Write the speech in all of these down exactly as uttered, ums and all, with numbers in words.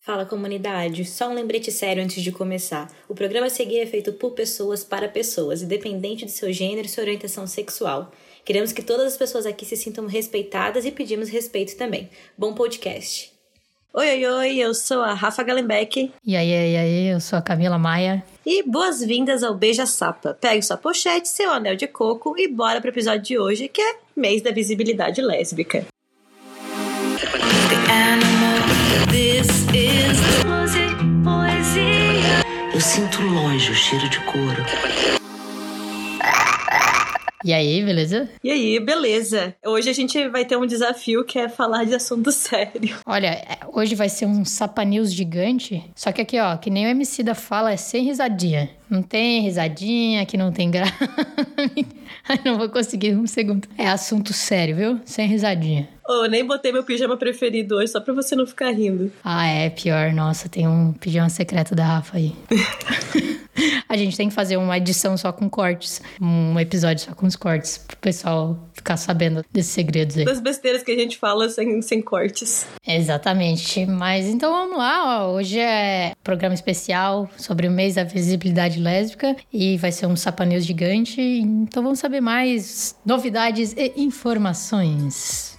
Fala, comunidade, só um lembrete sério antes de começar. O programa a seguir é feito por pessoas para pessoas, independente do seu gênero e sua orientação sexual. Queremos que todas as pessoas aqui se sintam respeitadas e pedimos respeito também. Bom podcast. Oi, oi, oi, eu sou a Rafa Gallenbeck. E aí, e aí, eu sou a Camila Maia. E boas-vindas ao Beija Sapa. Pegue sua pochete, seu anel de coco e bora pro episódio de hoje, que é Mês da Visibilidade Lésbica. Eu sinto longe o cheiro de couro. E aí, beleza? E aí, beleza. Hoje a gente vai ter um desafio que é falar de assunto sério. Olha, hoje vai ser um Sapa News gigante. Só que aqui, ó, que nem o Emicida fala, é sem risadinha. Não tem risadinha, aqui não tem graça. Ai, não vou conseguir um segundo. É assunto sério, viu? Sem risadinha. Ô, oh, nem botei meu pijama preferido hoje, só pra você não ficar rindo. Ah, é pior. Nossa, tem um pijama secreto da Rafa aí. A gente tem que fazer uma edição só com cortes. Um episódio só com os cortes. Pro pessoal ficar sabendo desses segredos aí. Das besteiras que a gente fala sem, sem cortes. Exatamente. Mas então vamos lá, ó. Hoje é programa especial sobre o mês da visibilidade lésbica. E vai ser um Sapa News gigante. Então vamos saber mais novidades e informações.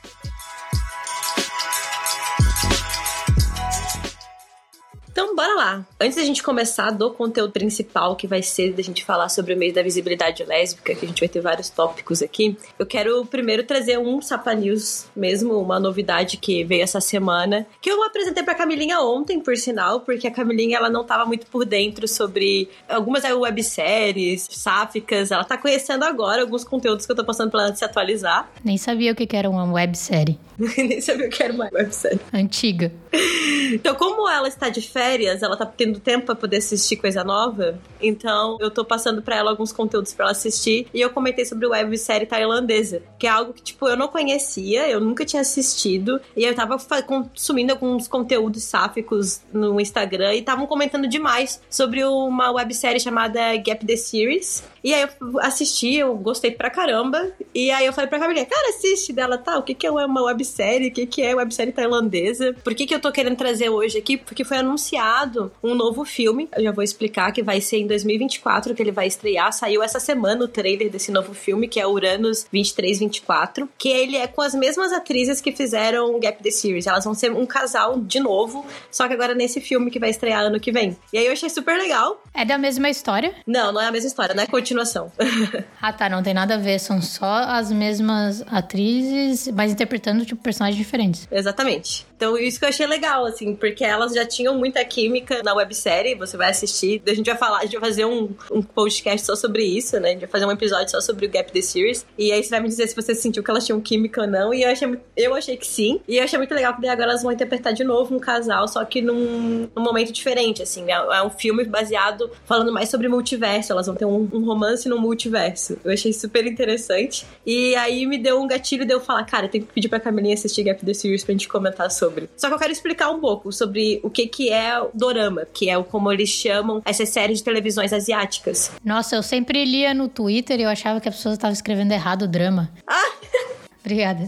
Então, bora lá. Antes da gente começar do conteúdo principal, que vai ser da gente falar sobre o mês da visibilidade lésbica, que a gente vai ter vários tópicos aqui, eu quero primeiro trazer um Sapa News mesmo, uma novidade que veio essa semana, que eu apresentei pra Camilinha ontem, por sinal, porque a Camilinha, ela não tava muito por dentro sobre algumas webséries sáficas, ela tá conhecendo agora alguns conteúdos que eu tô passando pra ela se atualizar. Nem sabia o que era uma websérie. Nem sabia o que era uma websérie. Antiga. Então, como ela está de férias, ela tá tendo tempo pra poder assistir coisa nova, então eu tô passando pra ela alguns conteúdos pra ela assistir, e eu comentei sobre a websérie tailandesa, que é algo que, tipo, eu não conhecia, eu nunca tinha assistido, e eu tava consumindo alguns conteúdos sáficos no Instagram, e estavam comentando demais sobre uma websérie chamada Gap the Series, e aí eu assisti, eu gostei pra caramba, e aí eu falei pra Camila, cara, assiste dela, tá, o que que é uma websérie, o que que é websérie tailandesa, por que que eu tô querendo trazer hoje aqui? Porque foi anunciado um novo filme, eu já vou explicar, que vai ser em dois mil e vinte e quatro que ele vai estrear, saiu essa semana o trailer desse novo filme, que é Uranus vinte e três vinte e quatro, que ele é com as mesmas atrizes que fizeram Gap the Series, elas vão ser um casal de novo, só que agora nesse filme que vai estrear ano que vem. E aí eu achei super legal. É da mesma história? Não, não é a mesma história, não é continuação. Ah tá, não tem nada a ver, são só as mesmas atrizes, mas interpretando tipo personagens diferentes. Exatamente. Então isso que eu achei legal, assim, porque elas já tinham muita química na websérie, você vai assistir, a gente vai falar, a gente vai fazer um, um podcast só sobre isso, né, a gente vai fazer um episódio só sobre o Gap the Series, e aí você vai me dizer se você sentiu que elas tinham química ou não, e eu achei, eu achei que sim, e eu achei muito legal, porque agora elas vão interpretar de novo um casal, só que num, num momento diferente, assim, é, é um filme baseado, falando mais sobre multiverso, elas vão ter um, um romance no multiverso, eu achei super interessante, e aí me deu um gatilho de eu falar, cara, eu tenho que pedir pra Camilinha assistir Gap the Series pra gente comentar sobre. Só que eu quero explicar um pouco sobre o que que é o dorama, que é o como eles chamam essas séries de televisões asiáticas. Nossa, eu sempre lia no Twitter e eu achava que a pessoa estava escrevendo errado o drama. Ah! Obrigada.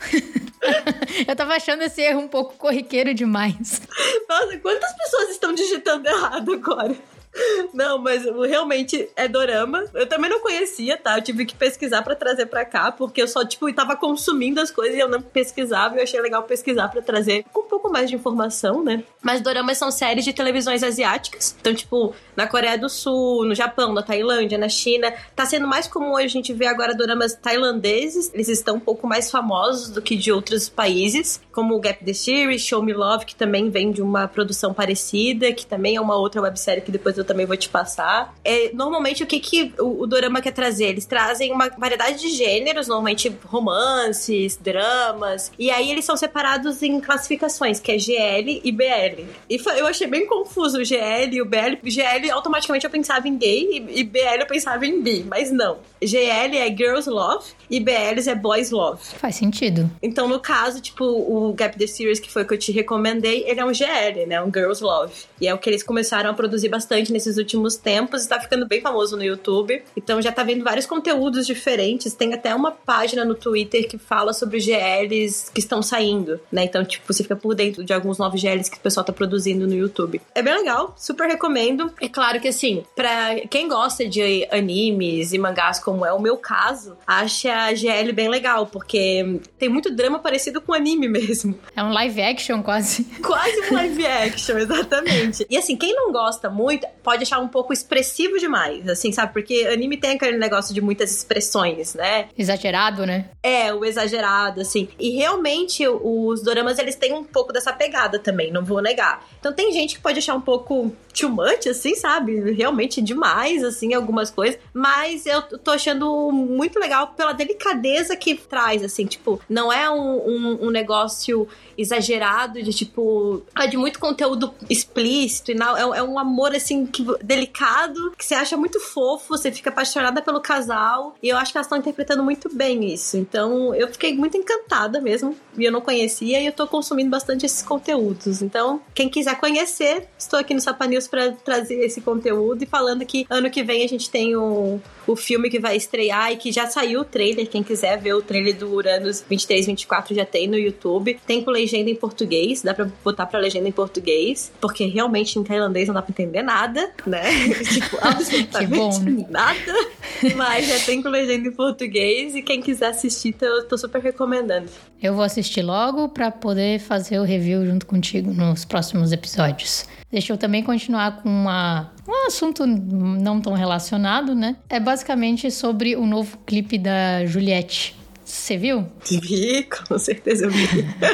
Eu tava achando esse erro um pouco corriqueiro demais. Nossa, quantas pessoas estão digitando errado agora? Não, mas realmente é dorama. Eu também não conhecia, tá? Eu tive que pesquisar pra trazer pra cá, porque eu só, tipo, tava consumindo as coisas e eu não pesquisava, e eu achei legal pesquisar pra trazer com um pouco mais de informação, né? Mas doramas são séries de televisões asiáticas. Então, tipo, na Coreia do Sul, no Japão, na Tailândia, na China, tá sendo mais comum a gente ver agora doramas tailandeses. Eles estão um pouco mais famosos do que de outros países, como o Gap the Series, Show Me Love, que também vem de uma produção parecida, que também é uma outra websérie que depois eu também vou te passar. É, normalmente, o que, que o, o dorama quer trazer? Eles trazem uma variedade de gêneros, normalmente romances, dramas, e aí eles são separados em classificações, que é G L e B L. E foi, eu achei bem confuso o G L e o B L. G L, automaticamente, eu pensava em gay, e, e B L eu pensava em bi, mas não. G L é Girls Love e B L é Boys Love. Faz sentido. Então, no caso, tipo, o o Gap the Series, que foi o que eu te recomendei, ele é um G L, né? Um Girls Love. E é o que eles começaram a produzir bastante nesses últimos tempos, e tá ficando bem famoso no YouTube. Então já tá vendo vários conteúdos diferentes. Tem até uma página no Twitter que fala sobre os G Ls que estão saindo, né? Então, tipo, você fica por dentro de alguns novos G Ls que o pessoal tá produzindo no YouTube. É bem legal, super recomendo. É claro que, assim, pra quem gosta de animes e mangás, como é o meu caso, acha a G L bem legal, porque tem muito drama parecido com anime mesmo. É um live action quase. Quase um live action, exatamente. E assim, quem não gosta muito, pode achar um pouco expressivo demais, assim, sabe? Porque anime tem aquele negócio de muitas expressões, né? Exagerado, né? É, o exagerado, assim. E realmente, os doramas, eles têm um pouco dessa pegada também, não vou negar. Então tem gente que pode achar um pouco too much, assim, sabe? Realmente demais, assim, algumas coisas. Mas eu tô achando muito legal pela delicadeza que traz, assim. Tipo, não é um, um, um negócio exagerado de, tipo... de muito conteúdo explícito e não. É, é um amor, assim, que, delicado, que você acha muito fofo, você fica apaixonada pelo casal. E eu acho que elas estão interpretando muito bem isso. Então, eu fiquei muito encantada mesmo. E eu não conhecia e eu tô consumindo bastante esses conteúdos. Então, quem quiser conhecer, estou aqui no Sapa News pra trazer esse conteúdo. E falando que ano que vem a gente tem o, o filme que vai estrear e que já saiu o trailer. Quem quiser ver o trailer do Uranus vinte e três, vinte e quatro já tem no YouTube. Tem com legenda em português, dá pra botar pra legenda em português, porque realmente em tailandês não dá pra entender nada, né? Tipo, absolutamente bom, né? Nada. Mas já tem com legenda em português e quem quiser assistir, eu tô super recomendando. Eu vou assistir logo pra poder fazer o review junto contigo nos próximos episódios. Deixa eu também continuar com uma, um assunto não tão relacionado, né? É basicamente sobre o novo clipe da Juliette. Você viu? Vi, com certeza eu vi.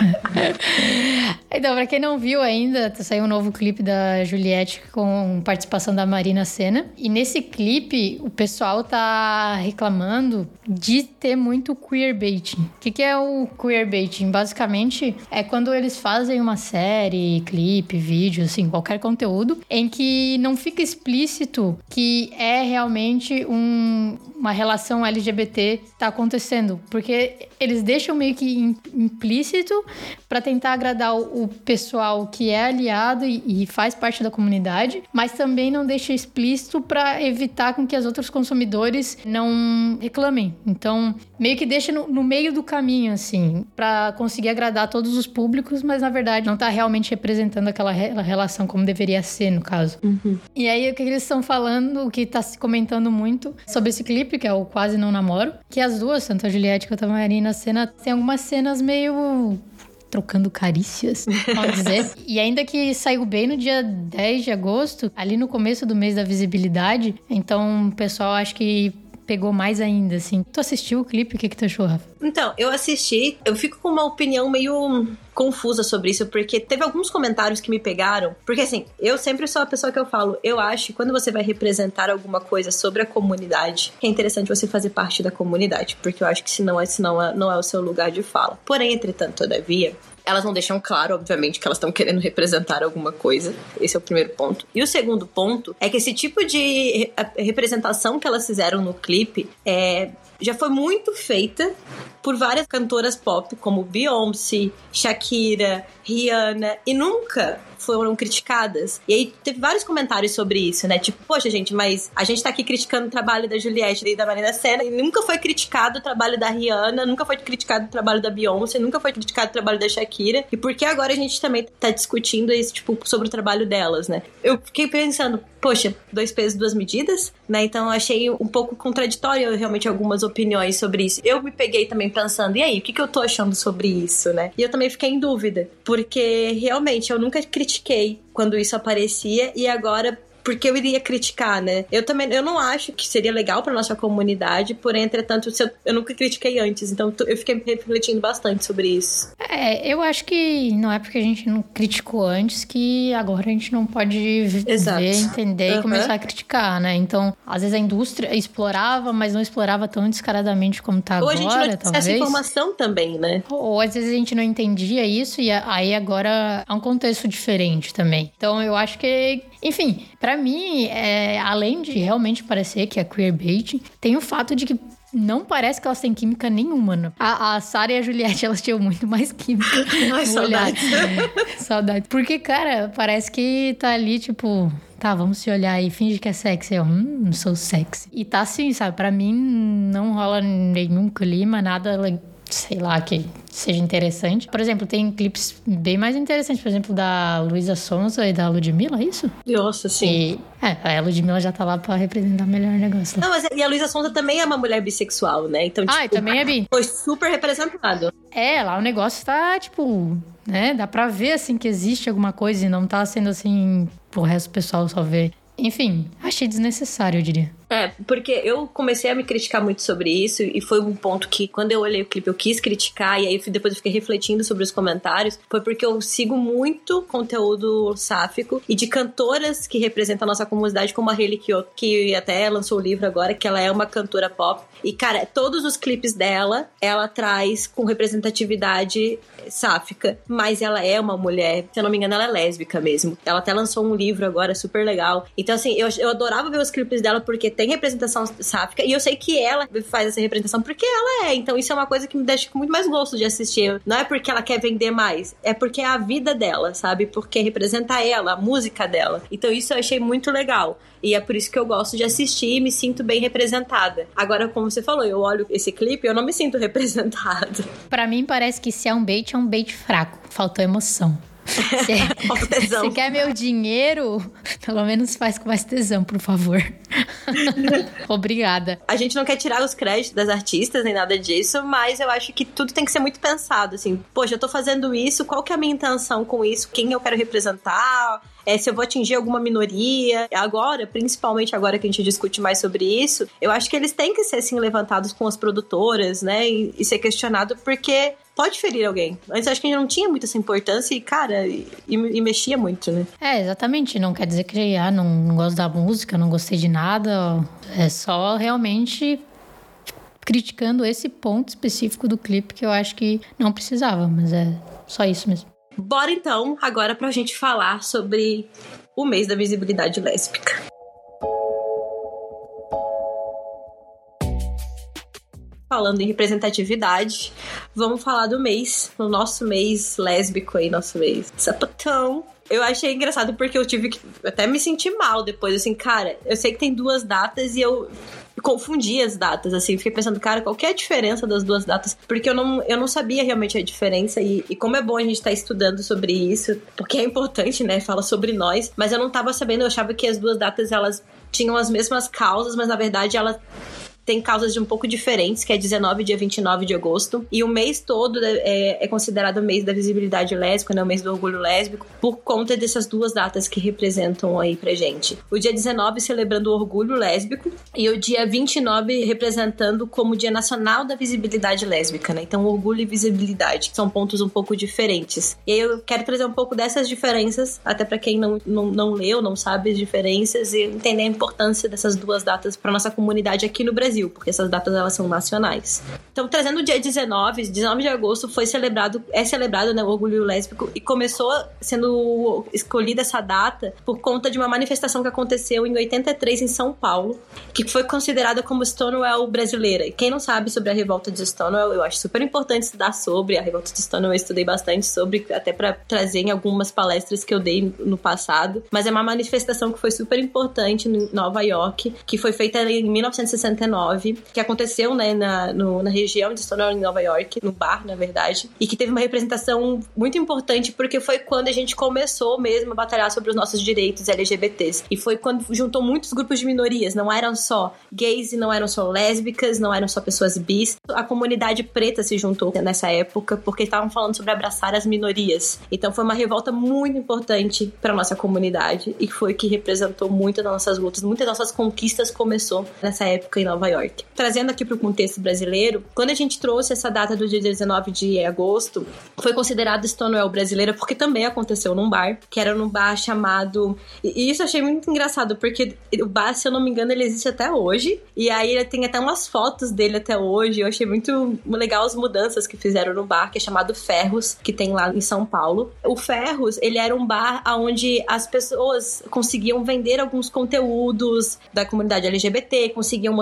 Então, pra quem não viu ainda, saiu um novo clipe da Juliette com participação da Marina Sena. E nesse clipe, o pessoal tá reclamando de ter muito queerbaiting. O que, que é o queerbaiting? Basicamente, é quando eles fazem uma série, clipe, vídeo, assim, qualquer conteúdo, em que não fica explícito que é realmente um, uma relação L G B T que tá acontecendo. Porque eles deixam meio que implícito para tentar agradar o, o pessoal que é aliado e, e faz parte da comunidade, mas também não deixa explícito para evitar com que os outros consumidores não reclamem. Então, meio que deixa no, no meio do caminho, assim, para conseguir agradar todos os públicos, mas na verdade não tá realmente representando aquela re- relação como deveria ser, no caso. Uhum. E aí, o que eles estão falando, o que tá se comentando muito sobre esse clipe, que é o Quase Não Namoro, que as duas, tanto a Juliette quanto a Marina Sena, tem algumas cenas meio trocando carícias, vamos dizer. E ainda que saiu bem no dia dez de agosto, ali no começo do mês da visibilidade, então o pessoal acho que pegou mais ainda, assim. Tu assistiu o clipe? O que que tu achou, Rafa? Então, eu assisti. Eu fico com uma opinião meio confusa sobre isso, porque teve alguns comentários que me pegaram. Porque, assim, eu sempre sou a pessoa que eu falo, eu acho que quando você vai representar alguma coisa sobre a comunidade, é interessante você fazer parte da comunidade, porque eu acho que senão, senão não é o seu lugar de fala. Porém, entretanto, todavia, elas não deixam claro, obviamente, que elas estão querendo representar alguma coisa. Esse é o primeiro ponto. E o segundo ponto é que esse tipo de representação que elas fizeram no clipe é, já foi muito feita por várias cantoras pop, como Beyoncé, Shakira, Rihanna, e nunca foram criticadas. E aí teve vários comentários sobre isso, né? Tipo, poxa, gente, mas a gente tá aqui criticando o trabalho da Juliette e da Marina Sena, e nunca foi criticado o trabalho da Rihanna, nunca foi criticado o trabalho da Beyoncé, nunca foi criticado o trabalho da Shakira. E por que agora a gente também tá discutindo isso, tipo, sobre o trabalho delas, né? Eu fiquei pensando, poxa, dois pesos, duas medidas, né? Então eu achei um pouco contraditório realmente algumas opiniões sobre isso. Eu me peguei também pensando, e aí, o que que eu tô achando sobre isso, né? E eu também fiquei em dúvida, porque realmente eu nunca critiquei quando isso aparecia, e agora porque eu iria criticar, né? Eu também, eu não acho que seria legal pra nossa comunidade, porém, entretanto, eu, eu nunca critiquei antes, então eu fiquei refletindo bastante sobre isso. É, eu acho que não é porque a gente não criticou antes que agora a gente não pode Exato. ver, entender Uhum. e começar a criticar, né? Então, às vezes a indústria explorava, mas não explorava tão descaradamente como tá Ou agora, a gente não tinha talvez. essa informação também, né? Ou, ou às vezes a gente não entendia isso e aí agora é um contexto diferente também. Então, eu acho que, enfim, pra mim, é, além de realmente parecer que é queerbaiting, tem o fato de que não parece que elas têm química nenhuma, né? A, a Sarah e a Juliette, elas tinham muito mais química. Ai, saudade. Saudade. Porque, cara, parece que tá ali, tipo... Tá, vamos se olhar aí, finge que é sexy. Eu, hum, não sou sexy. E tá assim, sabe? Pra mim, não rola nenhum clima, nada... sei lá, que seja interessante. Por exemplo, tem clipes bem mais interessantes, por exemplo, da Luísa Sonza e da Ludmilla, é isso? Nossa, sim. E, é, a Ludmilla já tá lá pra representar melhor o negócio. Não, mas e a Luísa Sonza também é uma mulher bissexual, né? Então, tipo, ah, e também é bi. Foi super representado. É, lá o negócio tá, tipo, né? Dá pra ver, assim, que existe alguma coisa e não tá sendo, assim, pro resto do pessoal só ver. Enfim, achei desnecessário, eu diria. É, porque eu comecei a me criticar muito sobre isso e foi um ponto que, quando eu olhei o clipe, eu quis criticar e aí depois eu fiquei refletindo sobre os comentários. Foi porque eu sigo muito conteúdo sáfico e de cantoras que representam a nossa comunidade, como a Hayley Kiyoko, que até lançou o livro agora, que ela é uma cantora pop. E, cara, todos os clipes dela, ela traz com representatividade sáfica, mas ela é uma mulher, se eu não me engano, ela é lésbica mesmo. Ela até lançou um livro agora super legal. Então, assim, eu, eu adorava ver os clipes dela porque tem representação sáfica e eu sei que ela faz essa representação porque ela é. Então, isso é uma coisa que me deixa com muito mais gosto de assistir. Não é porque ela quer vender mais, é porque é a vida dela, sabe? Porque representa ela, a música dela. Então, isso eu achei muito legal. E é por isso que eu gosto de assistir e me sinto bem representada. Agora, como você falou, eu olho esse clipe e eu não me sinto representada. Pra mim, parece que se é um bait, é um bait fraco. Faltou emoção. Se, é, se quer meu dinheiro, pelo menos faz com mais tesão, por favor. Obrigada. A gente não quer tirar os créditos das artistas nem nada disso, mas eu acho que tudo tem que ser muito pensado, assim. Poxa, eu tô fazendo isso, qual que é a minha intenção com isso? Quem eu quero representar? É, se eu vou atingir alguma minoria. Agora, principalmente agora que a gente discute mais sobre isso, eu acho que eles têm que ser, assim, levantados com as produtoras, né? E, e ser questionado porque pode ferir alguém. Antes eu acho que a gente não tinha muita essa importância e, cara, e, e mexia muito, né? É, exatamente. Não quer dizer que ah, não, não gosto da música, não gostei de nada. É só realmente criticando esse ponto específico do clipe que eu acho que não precisava, mas é só isso mesmo. Bora então, agora pra gente falar sobre o mês da visibilidade lésbica. Falando em representatividade, vamos falar do mês, no nosso mês lésbico aí, nosso mês sapatão. Eu achei engraçado porque eu tive que até me sentir mal depois, assim, cara, eu sei que tem duas datas e eu confundi as datas, assim, fiquei pensando, cara, qual que é a diferença das duas datas? Porque eu não, eu não sabia realmente a diferença e, e como é bom a gente estar tá estudando sobre isso, porque é importante, né, fala sobre nós, mas eu não tava sabendo, eu achava que as duas datas, elas tinham as mesmas causas, mas na verdade elas tem causas de um pouco diferentes, que é dezenove e dia vinte e nove de agosto. E o mês todo é, é considerado o mês da visibilidade lésbica, né? O mês do orgulho lésbico, por conta dessas duas datas que representam aí pra gente. O dia dezenove celebrando o orgulho lésbico e o dia vinte e nove representando como o Dia Nacional da Visibilidade Lésbica, né? Então, orgulho e visibilidade são pontos um pouco diferentes. E aí eu quero trazer um pouco dessas diferenças, até pra quem não, não, não leu, não sabe as diferenças e entender a importância dessas duas datas pra nossa comunidade aqui no Brasil, porque essas datas elas são nacionais. Então, trazendo o dia dezenove, dezenove de agosto foi celebrado, é celebrado, né, o orgulho lésbico e começou sendo escolhida essa data por conta de uma manifestação que aconteceu em oitenta e três em São Paulo, que foi considerada como Stonewall brasileira. E quem não sabe sobre a revolta de Stonewall, eu acho super importante estudar sobre a revolta de Stonewall, eu estudei bastante sobre, até para trazer em algumas palestras que eu dei no passado, mas é uma manifestação que foi super importante em Nova York, que foi feita em mil novecentos e sessenta e nove, que aconteceu, né, na, no, na região de Stonewall, em Nova York, no bar, na verdade, e que teve uma representação muito importante, porque foi quando a gente começou mesmo a batalhar sobre os nossos direitos L G B Ts. E foi quando juntou muitos grupos de minorias, não eram só gays, não eram só lésbicas, não eram só pessoas bis. A comunidade preta se juntou nessa época, porque estavam falando sobre abraçar as minorias. Então foi uma revolta muito importante para nossa comunidade, e foi que representou muitas das nossas lutas, muitas das nossas conquistas começou nessa época em Nova York. Trazendo aqui para o contexto brasileiro, quando a gente trouxe essa data do dia dezenove de agosto, foi considerado Stonewall brasileira porque também aconteceu num bar, que era num bar chamado... E isso eu achei muito engraçado, porque o bar, se eu não me engano, ele existe até hoje, e aí ele tem até umas fotos dele até hoje. Eu achei muito legal as mudanças que fizeram no bar, que é chamado Ferros, que tem lá em São Paulo. O Ferros, ele era um bar onde as pessoas conseguiam vender alguns conteúdos da comunidade L G B T, conseguiam mostrar suas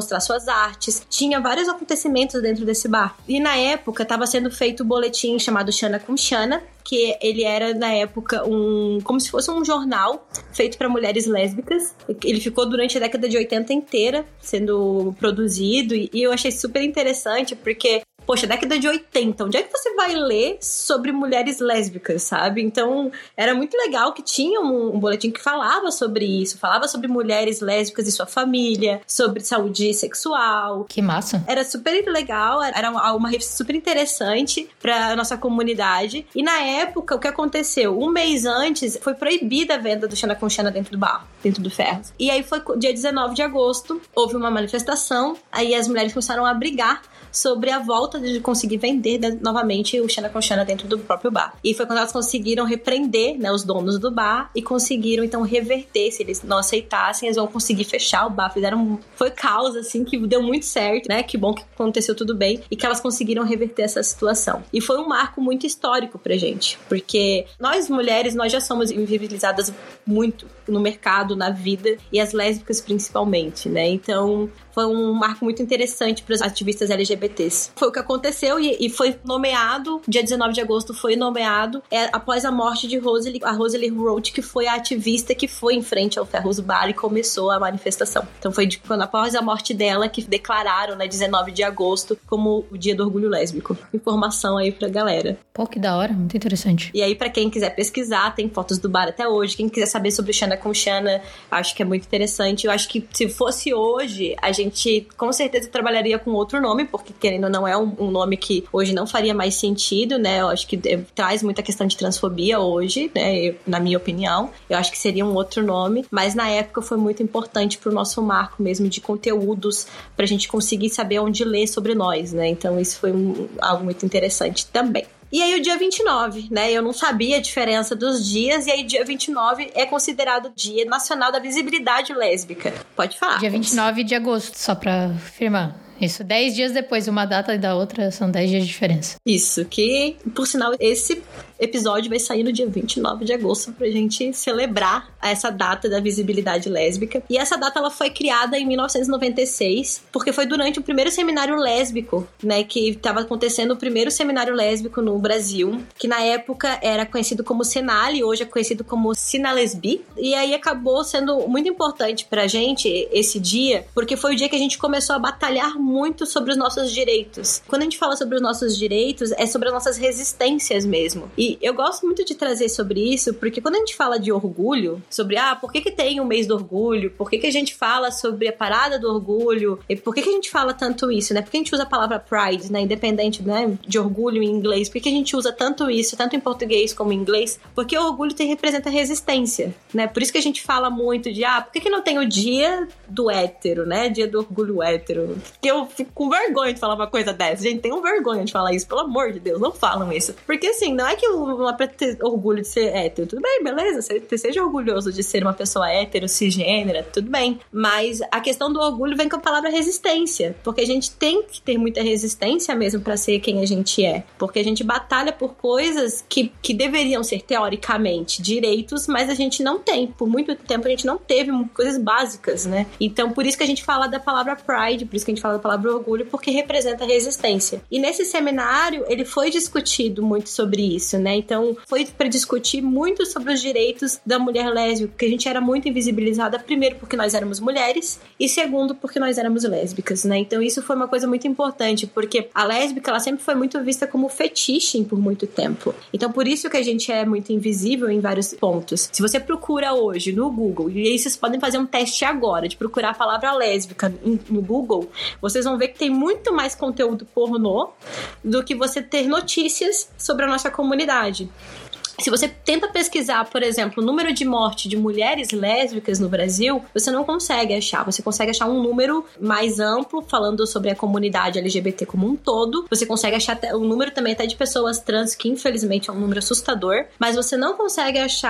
belas artes. Tinha vários acontecimentos dentro desse bar. E na época estava sendo feito um boletim chamado Xana com Xana, que ele era, na época, um como se fosse um jornal feito para mulheres lésbicas. Ele ficou durante a década de oitenta inteira sendo produzido, e eu achei super interessante, porque poxa, década de oitenta, onde é que você vai ler sobre mulheres lésbicas, sabe? Então, era muito legal que tinha um, um boletim que falava sobre isso, falava sobre mulheres lésbicas e sua família, sobre saúde sexual. Que massa. Era super legal, era uma, uma revista super interessante pra nossa comunidade. E na época, o que aconteceu? Um mês antes, foi proibida a venda do Xana com Xana dentro do bar, dentro do Ferros. E aí foi dia dezenove de agosto, houve uma manifestação, aí as mulheres começaram a brigar sobre a volta de conseguir vender né, novamente o Xana com Xana dentro do próprio bar. E foi quando elas conseguiram repreender né, os donos do bar e conseguiram, então, reverter. Se eles não aceitassem, eles vão conseguir fechar o bar. Fizeram... Foi causa, assim, que deu muito certo, né? Que bom que aconteceu tudo bem e que elas conseguiram reverter essa situação. E foi um marco muito histórico pra gente, porque nós, mulheres, nós já somos invisibilizadas muito no mercado, na vida, e as lésbicas principalmente, né? Então, foi um marco muito interessante para os ativistas L G B Ts. Foi o que aconteceu e, e foi nomeado, dia dezenove de agosto foi nomeado, é, após a morte de Rosalie, a Rosalie Roach, que foi a ativista que foi em frente ao Ferros Bar e começou a manifestação. Então foi de, quando, após a morte dela que declararam, né, dezenove de agosto, como o Dia do Orgulho Lésbico. Informação aí pra galera. Pô, que da hora, muito interessante. E aí, pra quem quiser pesquisar, tem fotos do bar até hoje. Quem quiser saber sobre o Xana com Xana, acho que é muito interessante. Eu acho que se fosse hoje, a gente gente com certeza trabalharia com outro nome, porque querendo ou não é um, um nome que hoje não faria mais sentido, né? Eu acho que é, traz muita questão de transfobia hoje, né? Eu, na minha opinião. Eu acho que seria um outro nome, mas na época foi muito importante pro nosso marco mesmo de conteúdos, pra gente conseguir saber onde ler sobre nós, né? Então isso foi um, algo muito interessante também. E aí o dia vinte e nove, né? Eu não sabia a diferença dos dias, e aí dia vinte e nove é considerado o Dia Nacional da Visibilidade Lésbica. Pode falar. Dia vinte e nove de agosto, só pra afirmar. Isso, dez dias depois, uma data e da outra são dez dias de diferença. Isso, que, por sinal, esse episódio vai sair no dia vinte e nove de agosto pra gente celebrar essa data da visibilidade lésbica. E essa data, ela foi criada em mil novecentos e noventa e seis, porque foi durante o primeiro seminário lésbico, né, que estava acontecendo o primeiro seminário lésbico no Brasil, que na época era conhecido como Senale, hoje é conhecido como Sinalesbi. E aí acabou sendo muito importante pra gente esse dia, porque foi o dia que a gente começou a batalhar muito sobre os nossos direitos. Quando a gente fala sobre os nossos direitos, é sobre as nossas resistências mesmo. E eu gosto muito de trazer sobre isso, porque quando a gente fala de orgulho, sobre, ah, por que que tem o mês do orgulho? Por que que a gente fala sobre a parada do orgulho? E por que que a gente fala tanto isso, né? Por que a gente usa a palavra pride, né? Independente, né, de orgulho em inglês. Por que que a gente usa tanto isso, tanto em português como em inglês? Porque o orgulho tem, representa resistência, né? Por isso que a gente fala muito de, ah, por que que não tem o dia do hétero, né? Dia do orgulho hétero. Porque eu fico com vergonha de falar uma coisa dessa. Gente, tenham vergonha de falar isso. Pelo amor de Deus, não falam isso. Porque assim, não é que não é pra ter orgulho de ser hétero. Tudo bem, beleza. Você seja orgulhoso de ser uma pessoa hétero, cisgênera, tudo bem. Mas a questão do orgulho vem com a palavra resistência. Porque a gente tem que ter muita resistência mesmo pra ser quem a gente é. Porque a gente batalha por coisas que, que deveriam ser, teoricamente, direitos, mas a gente não tem. Por muito tempo a gente não teve coisas básicas, né? Então, por isso que a gente fala da palavra pride, por isso que a gente fala da palavra orgulho, porque representa resistência. E nesse seminário, ele foi discutido muito sobre isso, né? Então, foi para discutir muito sobre os direitos da mulher lésbica, porque a gente era muito invisibilizada, primeiro porque nós éramos mulheres, e segundo porque nós éramos lésbicas, né? Então, isso foi uma coisa muito importante, porque a lésbica, ela sempre foi muito vista como fetiche por muito tempo. Então, por isso que a gente é muito invisível em vários pontos. Se você procura hoje no Google, e aí vocês podem fazer um teste agora, de procurar a palavra lésbica no Google, vocês vão ver que tem muito mais conteúdo pornô do que você ter notícias sobre a nossa comunidade. Se você tenta pesquisar, por exemplo, o número de morte de mulheres lésbicas no Brasil, você não consegue achar. Você consegue achar um número mais amplo, falando sobre a comunidade L G B T como um todo. Você consegue achar um número também até de pessoas trans, que infelizmente é um número assustador. Mas você não consegue achar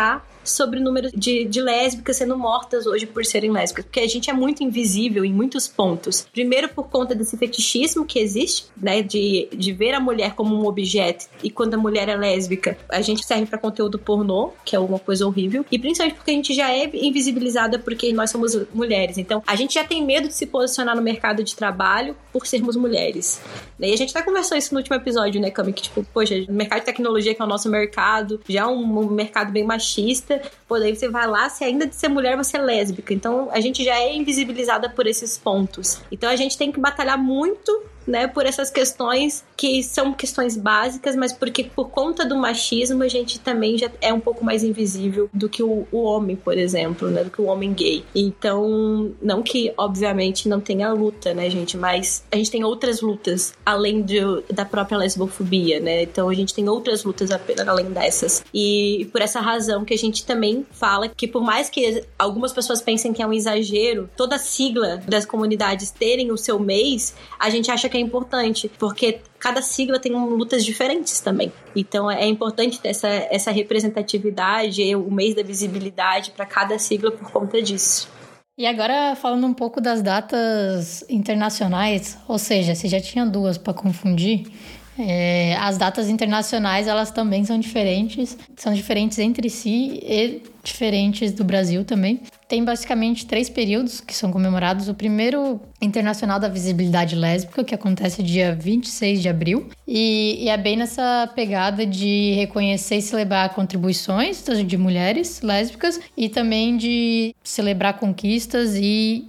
sobre o número de, de lésbicas sendo mortas hoje por serem lésbicas, porque a gente é muito invisível em muitos pontos. Primeiro, por conta desse fetichismo que existe, né, de, de ver a mulher como um objeto, e quando a mulher é lésbica, a gente serve pra conteúdo pornô, que é uma coisa horrível, e principalmente porque a gente já é invisibilizada porque nós somos mulheres. Então, a gente já tem medo de se posicionar no mercado de trabalho por sermos mulheres. E a gente até conversou isso no último episódio, né, Cami? Que, tipo, poxa, o mercado de tecnologia, que é o nosso mercado, já é um, um mercado bem machista, pô, daí você vai lá, se ainda de ser mulher, você é lésbica. Então, a gente já é invisibilizada por esses pontos. Então, a gente tem que batalhar muito, né, por essas questões que são questões básicas, mas porque por conta do machismo a gente também já é um pouco mais invisível do que o, o homem, por exemplo, né, do que o homem gay. Então, não que obviamente não tenha luta, né, gente, mas a gente tem outras lutas além de, da própria lesbofobia, né, então a gente tem outras lutas apenas além dessas. E por essa razão que a gente também fala que por mais que algumas pessoas pensem que é um exagero, toda a sigla das comunidades terem o seu mês, a gente acha que é importante, porque cada sigla tem lutas diferentes também. Então é importante ter essa, essa representatividade, o mês da visibilidade para cada sigla por conta disso. E agora falando um pouco das datas internacionais, ou seja, se já tinha duas para confundir, é, as datas internacionais elas também são diferentes, são diferentes entre si e diferentes do Brasil também. Tem basicamente três períodos que são comemorados. O primeiro, Internacional da Visibilidade Lésbica, que acontece dia vinte e seis de abril. E, e é bem nessa pegada de reconhecer e celebrar contribuições de mulheres lésbicas e também de celebrar conquistas e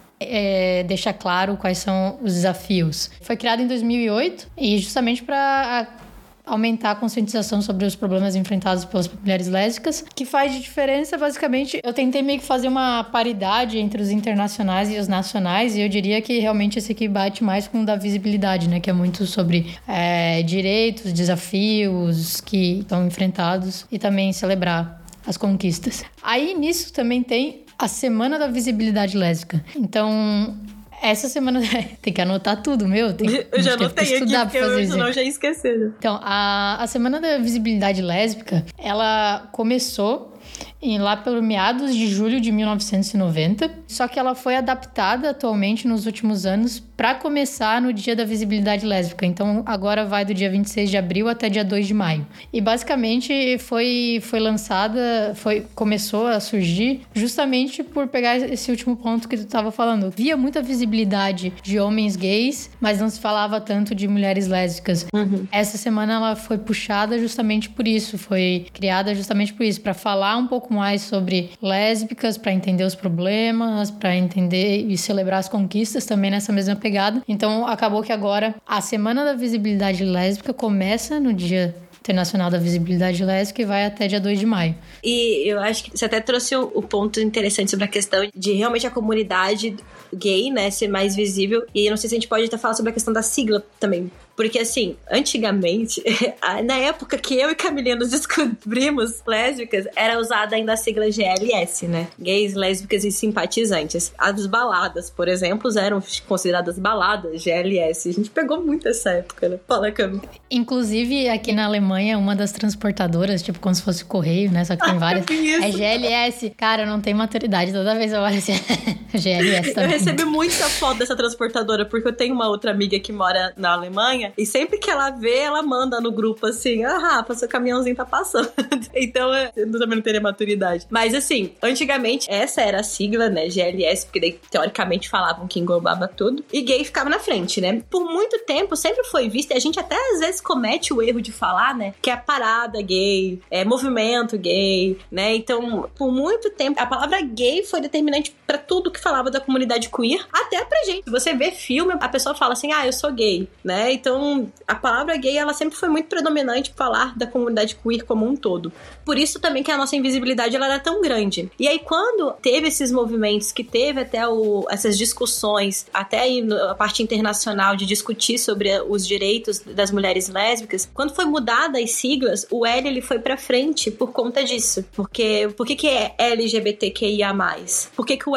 é, deixar claro quais são os desafios. Foi criado em dois mil e oito e justamente para aumentar a conscientização sobre os problemas enfrentados pelas mulheres lésbicas. O que faz de diferença, basicamente, eu tentei meio que fazer uma paridade entre os internacionais e os nacionais, e eu diria que realmente esse aqui bate mais com o da visibilidade, né? Que é muito sobre é, direitos, desafios que estão enfrentados e também celebrar as conquistas. Aí, nisso, também tem a Semana da Visibilidade Lésbica. Então, essa semana tem que anotar tudo, meu. Tem, eu já anotei aqui, porque eu, senão eu já ia esquecer. Então, a, a Semana da Visibilidade Lésbica, ela começou em, lá pelo meados de julho de mil novecentos e noventa, só que ela foi adaptada atualmente nos últimos anos para começar no Dia da Visibilidade Lésbica. Então, agora vai do dia vinte e seis de abril até dia dois de maio. E, basicamente, foi, foi lançada, foi, começou a surgir justamente por pegar esse último ponto que tu estava falando. Via muita visibilidade de homens gays, mas não se falava tanto de mulheres lésbicas. Uhum. Essa semana ela foi puxada justamente por isso, foi criada justamente por isso, para falar um pouco mais sobre lésbicas, para entender os problemas, para entender e celebrar as conquistas também nessa mesma pegada. Então, acabou que agora a Semana da Visibilidade Lésbica começa no Dia Internacional da Visibilidade Lésbica e vai até dia dois de maio. E eu acho que você até trouxe o, o ponto interessante sobre a questão de realmente a comunidade gay, né, ser mais visível. E eu não sei se a gente pode até falar sobre a questão da sigla também. Porque, assim, antigamente, na época que eu e Camilinha nos descobrimos lésbicas, era usada ainda a sigla G L S, né? Gays, lésbicas e simpatizantes. As baladas, por exemplo, eram consideradas baladas G L S. A gente pegou muito essa época, né? Fala, Cami. Inclusive, aqui na Alemanha, uma das transportadoras, tipo, como se fosse correio, né? Só que tem ah, várias. É G L S. Cara, não tem maturidade. Toda vez eu olho assim, G L S também. Eu recebi muita foto dessa transportadora, porque eu tenho uma outra amiga que mora na Alemanha, e sempre que ela vê, ela manda no grupo assim, ah, Rafa, seu caminhãozinho tá passando. Então, eu também não teria maturidade. Mas assim, antigamente, essa era a sigla, né, G L S, porque daí, teoricamente, falavam que englobava tudo. E gay ficava na frente, né? Por muito tempo, sempre foi visto, e a gente até às vezes comete o erro de falar, né, que é a parada gay, é movimento gay, né? Então, por muito tempo, a palavra gay foi determinante pra tudo que falava da comunidade queer, até pra gente. Se você vê filme, a pessoa fala assim, ah, eu sou gay, né? Então, a palavra gay, ela sempre foi muito predominante para falar da comunidade queer como um todo. Por isso também que a nossa invisibilidade, ela era tão grande. E aí, quando teve esses movimentos, que teve até o, essas discussões, até aí a parte internacional de discutir sobre os direitos das mulheres lésbicas, quando foi mudada as siglas, o L, ele foi pra frente por conta disso. Porque, por que que é L G B T Q I A mais? Por que que o L vem na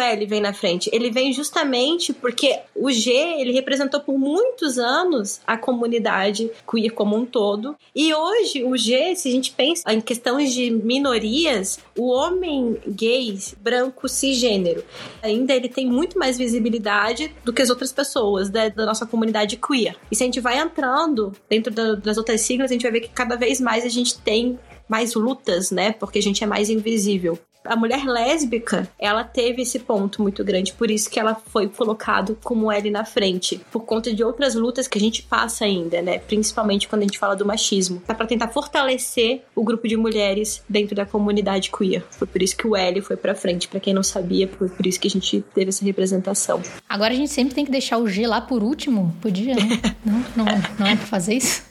na frente. Ele vem justamente porque o G, ele representou por muitos anos a comunidade queer como um todo. E hoje, o G, se a gente pensa em questões de minorias, o homem gay, branco, cisgênero, ainda ele tem muito mais visibilidade do que as outras pessoas da, da nossa comunidade queer. E se a gente vai entrando dentro da, das outras siglas, a gente vai ver que cada vez mais a gente tem mais lutas, né? Porque a gente é mais invisível. A mulher lésbica, ela teve esse ponto muito grande, por isso que ela foi colocado como L na frente, por conta de outras lutas que a gente passa ainda, né? Principalmente quando a gente fala do machismo. É pra tentar fortalecer o grupo de mulheres dentro da comunidade queer. Foi por isso que o L foi pra frente. Pra quem não sabia, foi por isso que a gente teve essa representação. Agora a gente sempre tem que deixar o G lá por último? Podia, né? Não, não, não é pra fazer isso?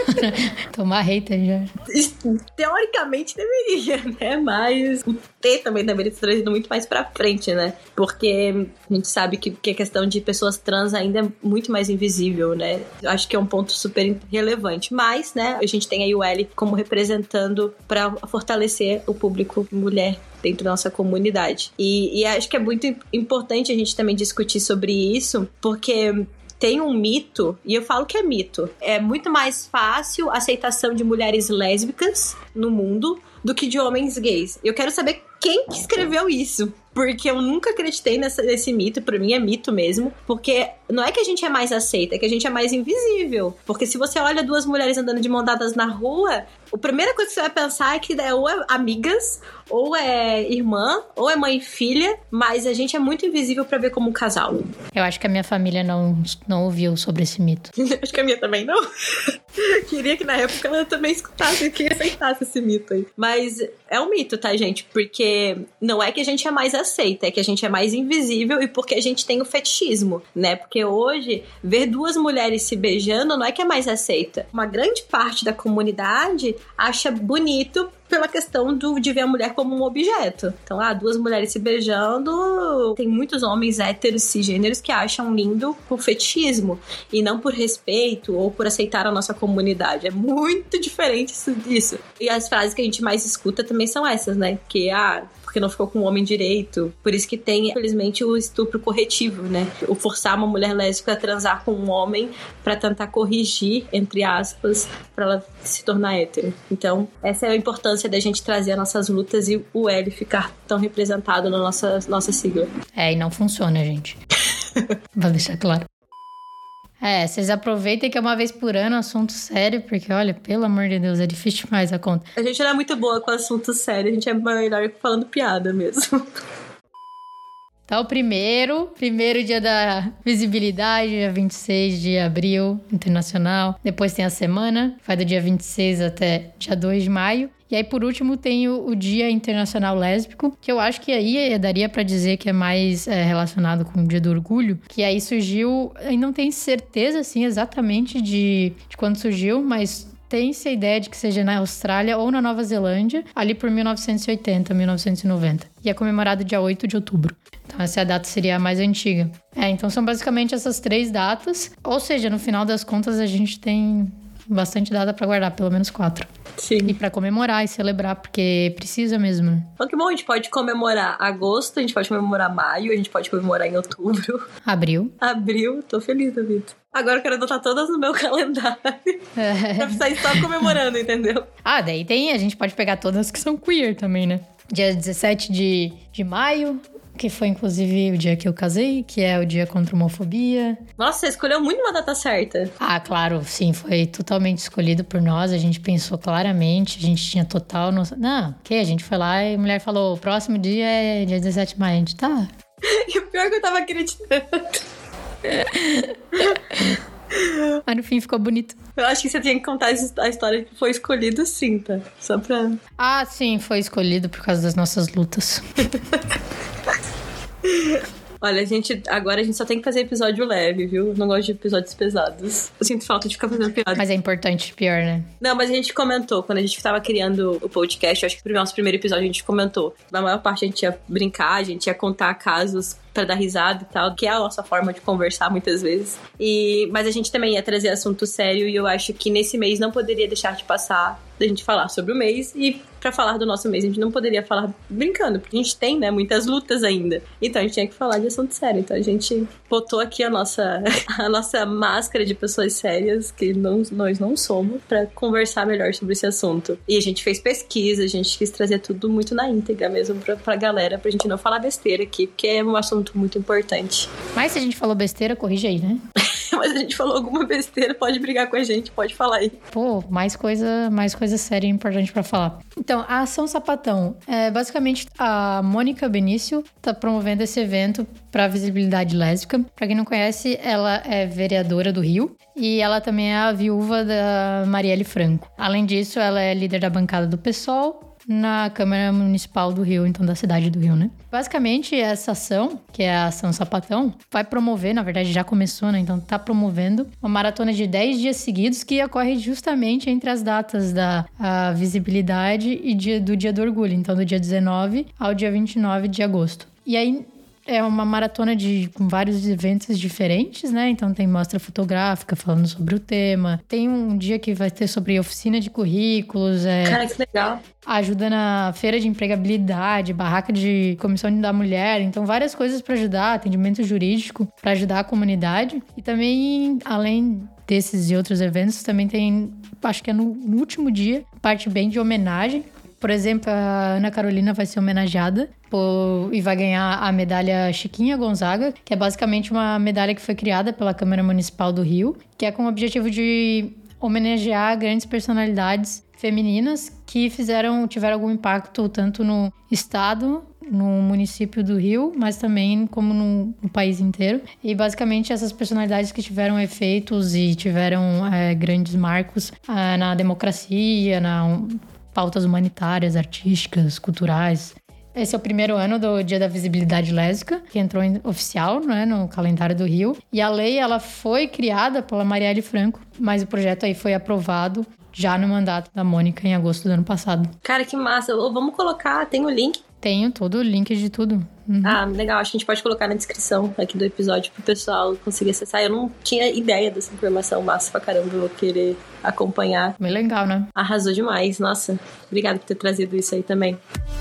Tomar hater já. Teoricamente deveria, né? Mas o T também deveria ser trazido muito mais pra frente, né? Porque a gente sabe que, que a questão de pessoas trans ainda é muito mais invisível, né? Eu acho que é um ponto super relevante. Mas, né, a gente tem aí o L como representando pra fortalecer o público mulher dentro da nossa comunidade. E, e acho que é muito importante a gente também discutir sobre isso, porque tem um mito, e eu falo que é mito, é muito mais fácil a aceitação de mulheres lésbicas no mundo do que de homens gays. Eu quero saber quem que escreveu isso, porque eu nunca acreditei nessa, nesse mito. Pra mim é mito mesmo, porque não é que a gente é mais aceita, é que a gente é mais invisível. Porque se você olha duas mulheres andando de mão dadas na rua, a primeira coisa que você vai pensar é que é ou é amigas, ou é irmã, ou é mãe e filha, mas a gente é muito invisível pra ver como um casal. Eu acho que a minha família não, não ouviu sobre esse mito. Acho que a minha também não. Queria que na época ela também escutasse, que aceitasse esse mito aí. Mas é um mito, tá, gente? Porque não é que a gente é mais aceita, é que a gente é mais invisível e porque a gente tem o fetichismo, né? Porque hoje, ver duas mulheres se beijando não é que é mais aceita. Uma grande parte da comunidade acha bonito pela questão do, de ver a mulher como um objeto. Então, ah, duas mulheres se beijando, tem muitos homens héteros cisgêneros que acham lindo por fetichismo e não por respeito ou por aceitar a nossa comunidade. É muito diferente isso disso. E as frases que a gente mais escuta também são essas, né? Que, ah, porque não ficou com o homem direito. Por isso que tem, infelizmente, o estupro corretivo, né? O forçar uma mulher lésbica a transar com um homem pra tentar corrigir, entre aspas, pra ela se tornar hétero. Então, essa é a importância da gente trazer as nossas lutas e o L ficar tão representado na nossa, nossa sigla. É, e não funciona, gente. Vou deixar claro. É, vocês aproveitem que é uma vez por ano assunto sério, porque, olha, pelo amor de Deus, é difícil demais a conta. A gente não é muito boa com assunto sério, a gente é melhor falando piada mesmo. Então, primeiro, primeiro dia da visibilidade, dia vinte e seis de abril, internacional. Depois tem a semana, vai do dia vinte e seis até dia dois de maio. E aí, por último, tem o, o Dia Internacional Lésbico, que eu acho que aí daria pra dizer que é mais é, relacionado com o Dia do Orgulho, que aí surgiu, eu não tenho certeza, assim, exatamente de, de quando surgiu, mas tem-se a ideia de que seja na Austrália ou na Nova Zelândia, ali por mil novecentos e oitenta, mil novecentos e noventa. E é comemorado dia oito de outubro. Então, essa data seria a mais antiga. É, então são basicamente essas três datas. Ou seja, no final das contas, a gente tem bastante data pra guardar, pelo menos quatro. Sim. E pra comemorar e celebrar, porque precisa mesmo. Então que bom, a gente pode comemorar agosto, a gente pode comemorar maio, a gente pode comemorar em outubro. Abril. Abril, tô feliz, David. Agora eu quero anotar todas no meu calendário. É. Pra sair só comemorando, entendeu? Ah, daí tem, a gente pode pegar todas que são queer também, né? Dia dezessete de, de maio, que foi inclusive o dia que eu casei, que é o dia contra a homofobia. Nossa, você escolheu muito uma data certa. Ah, claro, sim, foi totalmente escolhido por nós, a gente pensou claramente, a gente tinha total noção. Não, o que? A gente foi lá e a mulher falou, o próximo dia é dia dezessete de maio, a gente tá... E o pior é que eu tava acreditando. Mas no fim ficou bonito. Eu acho que você tinha que contar a história que foi escolhido sim, tá? Só pra... Ah, sim, foi escolhido por causa das nossas lutas. Olha, a gente, agora a gente só tem que fazer episódio leve, viu? Eu não gosto de episódios pesados. Eu sinto falta de ficar fazendo piada. Mas é importante, pior, né? Não, mas a gente comentou, quando a gente tava criando o podcast, eu acho que no nosso primeiro episódio a gente comentou. Na maior parte a gente ia brincar, a gente ia contar casos pra dar risada e tal, que é a nossa forma de conversar muitas vezes. E, mas a gente também ia trazer assunto sério e eu acho que nesse mês não poderia deixar de passar da gente falar sobre o mês. E pra falar do nosso mês, a gente não poderia falar brincando, porque a gente tem, né, muitas lutas ainda. Então a gente tinha que falar de assunto sério. Então a gente botou aqui a nossa, a nossa máscara de pessoas sérias, que não, nós não somos, pra conversar melhor sobre esse assunto. E a gente fez pesquisa, a gente quis trazer tudo muito na íntegra mesmo pra, pra galera, pra gente não falar besteira aqui, porque é um assunto muito importante. Mas se a gente falou besteira, corrige aí, né? Mas a gente falou alguma besteira, pode brigar com a gente, pode falar aí. Pô, mais coisa, mais coisa séria e importante pra falar. Então, a Ação Sapatão. É, basicamente, a Mônica Benício tá promovendo esse evento pra visibilidade lésbica. Pra quem não conhece, ela é vereadora do Rio e ela também é a viúva da Marielle Franco. Além disso, ela é líder da bancada do PSOL na Câmara Municipal do Rio, então da cidade do Rio, né? Basicamente, essa ação, que é a Ação Sapatão, vai promover, na verdade já começou, né? Então tá promovendo uma maratona de dez dias seguidos que ocorre justamente entre as datas da a visibilidade e dia, do Dia do Orgulho. Então, do dia dezenove ao dia vinte e nove de agosto. E aí, é uma maratona de, com vários eventos diferentes, né? Então tem mostra fotográfica falando sobre o tema. Tem um dia que vai ter sobre oficina de currículos. É, Cara, que legal. Ajuda na feira de empregabilidade, barraca de comissão da mulher. Então várias coisas para ajudar, atendimento jurídico para ajudar a comunidade. E também, além desses e outros eventos, também tem, acho que é no, no último dia, parte bem de homenagem. Por exemplo, a Ana Carolina vai ser homenageada por, e vai ganhar a medalha Chiquinha Gonzaga, que é basicamente uma medalha que foi criada pela Câmara Municipal do Rio, que é com o objetivo de homenagear grandes personalidades femininas que fizeram, tiveram algum impacto tanto no estado, no município do Rio, mas também como no, no país inteiro. E basicamente essas personalidades que tiveram efeitos e tiveram é, grandes marcos é, na democracia, na pautas humanitárias, artísticas, culturais. Esse é o primeiro ano do Dia da Visibilidade Lésbica, que entrou em oficial, né, no calendário do Rio. E a lei, ela foi criada pela Marielle Franco, mas o projeto aí foi aprovado já no mandato da Mônica em agosto do ano passado. Cara, que massa. Vamos colocar, tem o link? Tenho todo o link de tudo. Uhum. Ah, legal. Acho que a gente pode colocar na descrição aqui do episódio pro pessoal conseguir acessar. Eu não tinha ideia dessa informação. Massa pra caramba. Eu vou querer acompanhar. Bem legal, né? Arrasou demais. Nossa, obrigada por ter trazido isso aí também.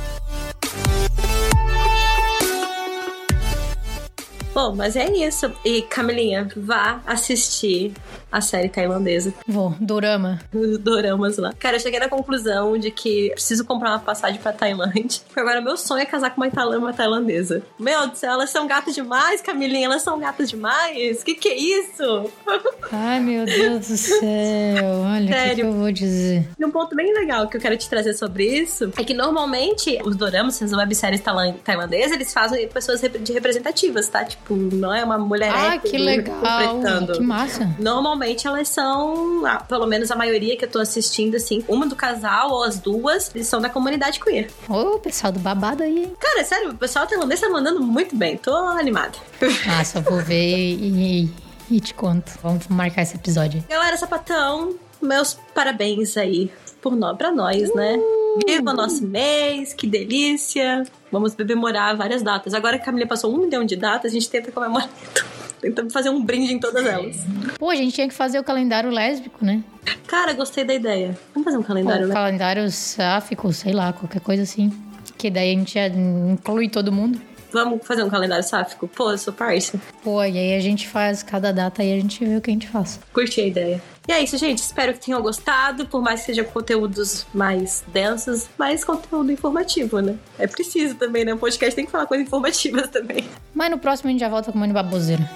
Bom, mas é isso. E, Camilinha, vá assistir a série tailandesa. Vou. Dorama. Os doramas lá. Cara, eu cheguei na conclusão de que preciso comprar uma passagem pra Tailândia. Porque agora meu sonho é casar com uma, tailã- uma tailandesa. Meu Deus do céu, elas são gatas demais, Camilinha. Elas são gatas demais. Que que é isso? Ai, meu Deus do céu. Olha, o que, que eu vou dizer? E um ponto bem legal que eu quero te trazer sobre isso é que normalmente os doramas, as webséries tailan- tailandesas, eles fazem pessoas rep- de representativas, tá? Tipo, não é uma mulher Ah, hétero que legal. interpretando. Que massa. Normalmente elas são, ah, pelo menos a maioria que eu tô assistindo, assim, uma do casal ou as duas, eles são da comunidade queer. Ô, pessoal do babado aí, hein? Cara, sério, o pessoal tailandês tá mandando muito bem. Tô animada. Ah, só vou ver e, e, e te conto. Vamos marcar esse episódio. Galera, sapatão, meus parabéns aí por nós, pra nós, né? Viva o nosso mês, que delícia. Vamos comemorar várias datas. Agora que a Camila passou um milhão de datas, a gente tenta comemorar. Tentamos fazer um brinde em todas elas. Pô, a gente tinha que fazer o calendário lésbico, né? Cara, gostei da ideia. Vamos fazer um calendário, Ou né? calendário sáfico, sei lá, qualquer coisa assim. Que daí a gente já inclui todo mundo. Vamos fazer um calendário sáfico? Pô, eu sou parça. Pô, e aí a gente faz cada data e a gente vê o que a gente faz. Curti a ideia. E é isso, gente. Espero que tenham gostado. Por mais que sejam conteúdos mais densos, mais conteúdo informativo, né? É preciso também, né? Um podcast tem que falar coisas informativas também. Mas no próximo a gente já volta com uma baboseira.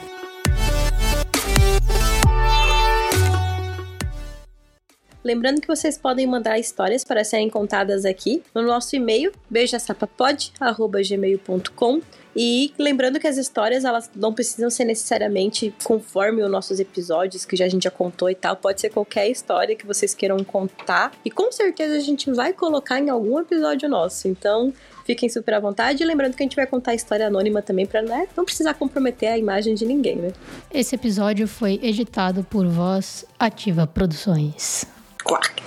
Lembrando que vocês podem mandar histórias para serem contadas aqui no nosso e-mail, beijasapapod arroba gmail ponto com. E lembrando que as histórias, elas não precisam ser necessariamente conforme os nossos episódios, que já a gente já contou e tal. Pode ser qualquer história que vocês queiram contar. E com certeza a gente vai colocar em algum episódio nosso. Então, fiquem super à vontade. E lembrando que a gente vai contar a história anônima também, pra, né, não precisar comprometer a imagem de ninguém, né? Esse episódio foi editado por Voz Ativa Produções. Quack!